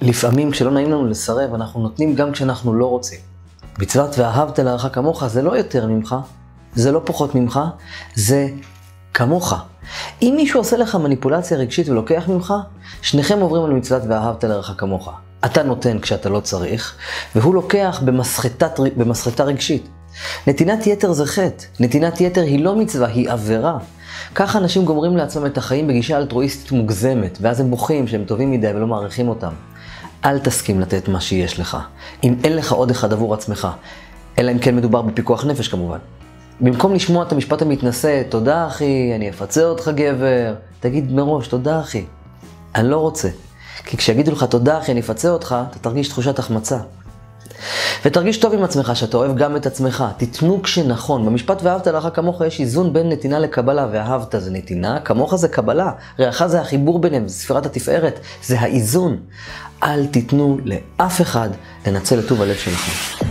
לפעמים כשלא נעים לנו לסרב, אנחנו נותנים גם כשאנחנו לא רוצים. מצוות ואהבת לרעך כמוך זה לא יותר ממך, זה לא פחות ממך, זה כמוך. אם מישהו עושה לך מניפולציה רגשית ולוקח ממך, שניכם עוברים על מצוות ואהבת לרעך כמוך. אתה נותן כשאתה לא צריך, והוא לוקח במסחטה רגשית. נתינת יתר זה חטא. נתינת יתר היא לא מצווה, היא עבירה. ככה אנשים גומרים לעצמם את החיים בגישה אלטרואיסטית מוגזמת, ואז הם בוכים שהם טובים מדי ולא מעריכים אותם. אל תסכים לתת מה שיש לך, אם אין לך עוד אחד עבור עצמך, אלא אם כן מדובר בפיקוח נפש כמובן. במקום לשמוע את המשפט המתנשא, תודה אחי, אני אפצה אותך גבר, תגיד מראש, תודה אחי. אני לא רוצה, כי כשיגידו לך תודה אחי, אני אפצה אותך, אתה תרגיש תחושת החמצה. ותרגיש טוב עם עצמך, שאתה אוהב גם את עצמך. תיתנו כשנכון. במשפט ואהבת לרעך כמוך יש איזון בין נתינה לקבלה, ואהבת זה נתינה, כמוך זה קבלה. רעך זה החיבור ביניהם, זה ספירת התפארת, זה האיזון. אל תיתנו לאף אחד לנצל את טוב הלב שלכם.